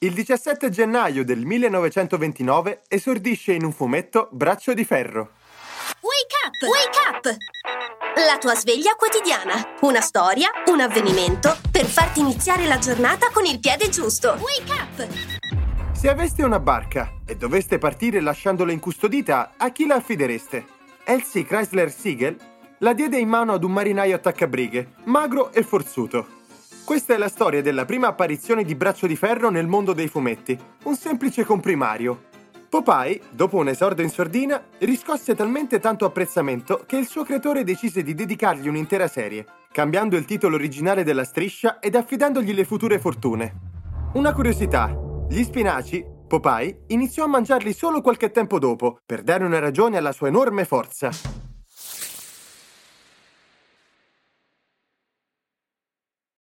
Il 17 gennaio del 1929 esordisce in un fumetto Braccio di Ferro. Wake up! Wake up! La tua sveglia quotidiana. Una storia, un avvenimento per farti iniziare la giornata con il piede giusto. Wake up! Se aveste una barca e doveste partire lasciandola incustodita, a chi la affidereste? Elsie Chrysler Siegel la diede in mano ad un marinaio attaccabrighe, magro e forzuto. Questa è la storia della prima apparizione di Braccio di Ferro nel mondo dei fumetti, un semplice comprimario. Popeye, dopo un esordio in sordina, riscosse talmente tanto apprezzamento che il suo creatore decise di dedicargli un'intera serie, cambiando il titolo originale della striscia ed affidandogli le future fortune. Una curiosità: gli spinaci, Popeye iniziò a mangiarli solo qualche tempo dopo, per dare una ragione alla sua enorme forza.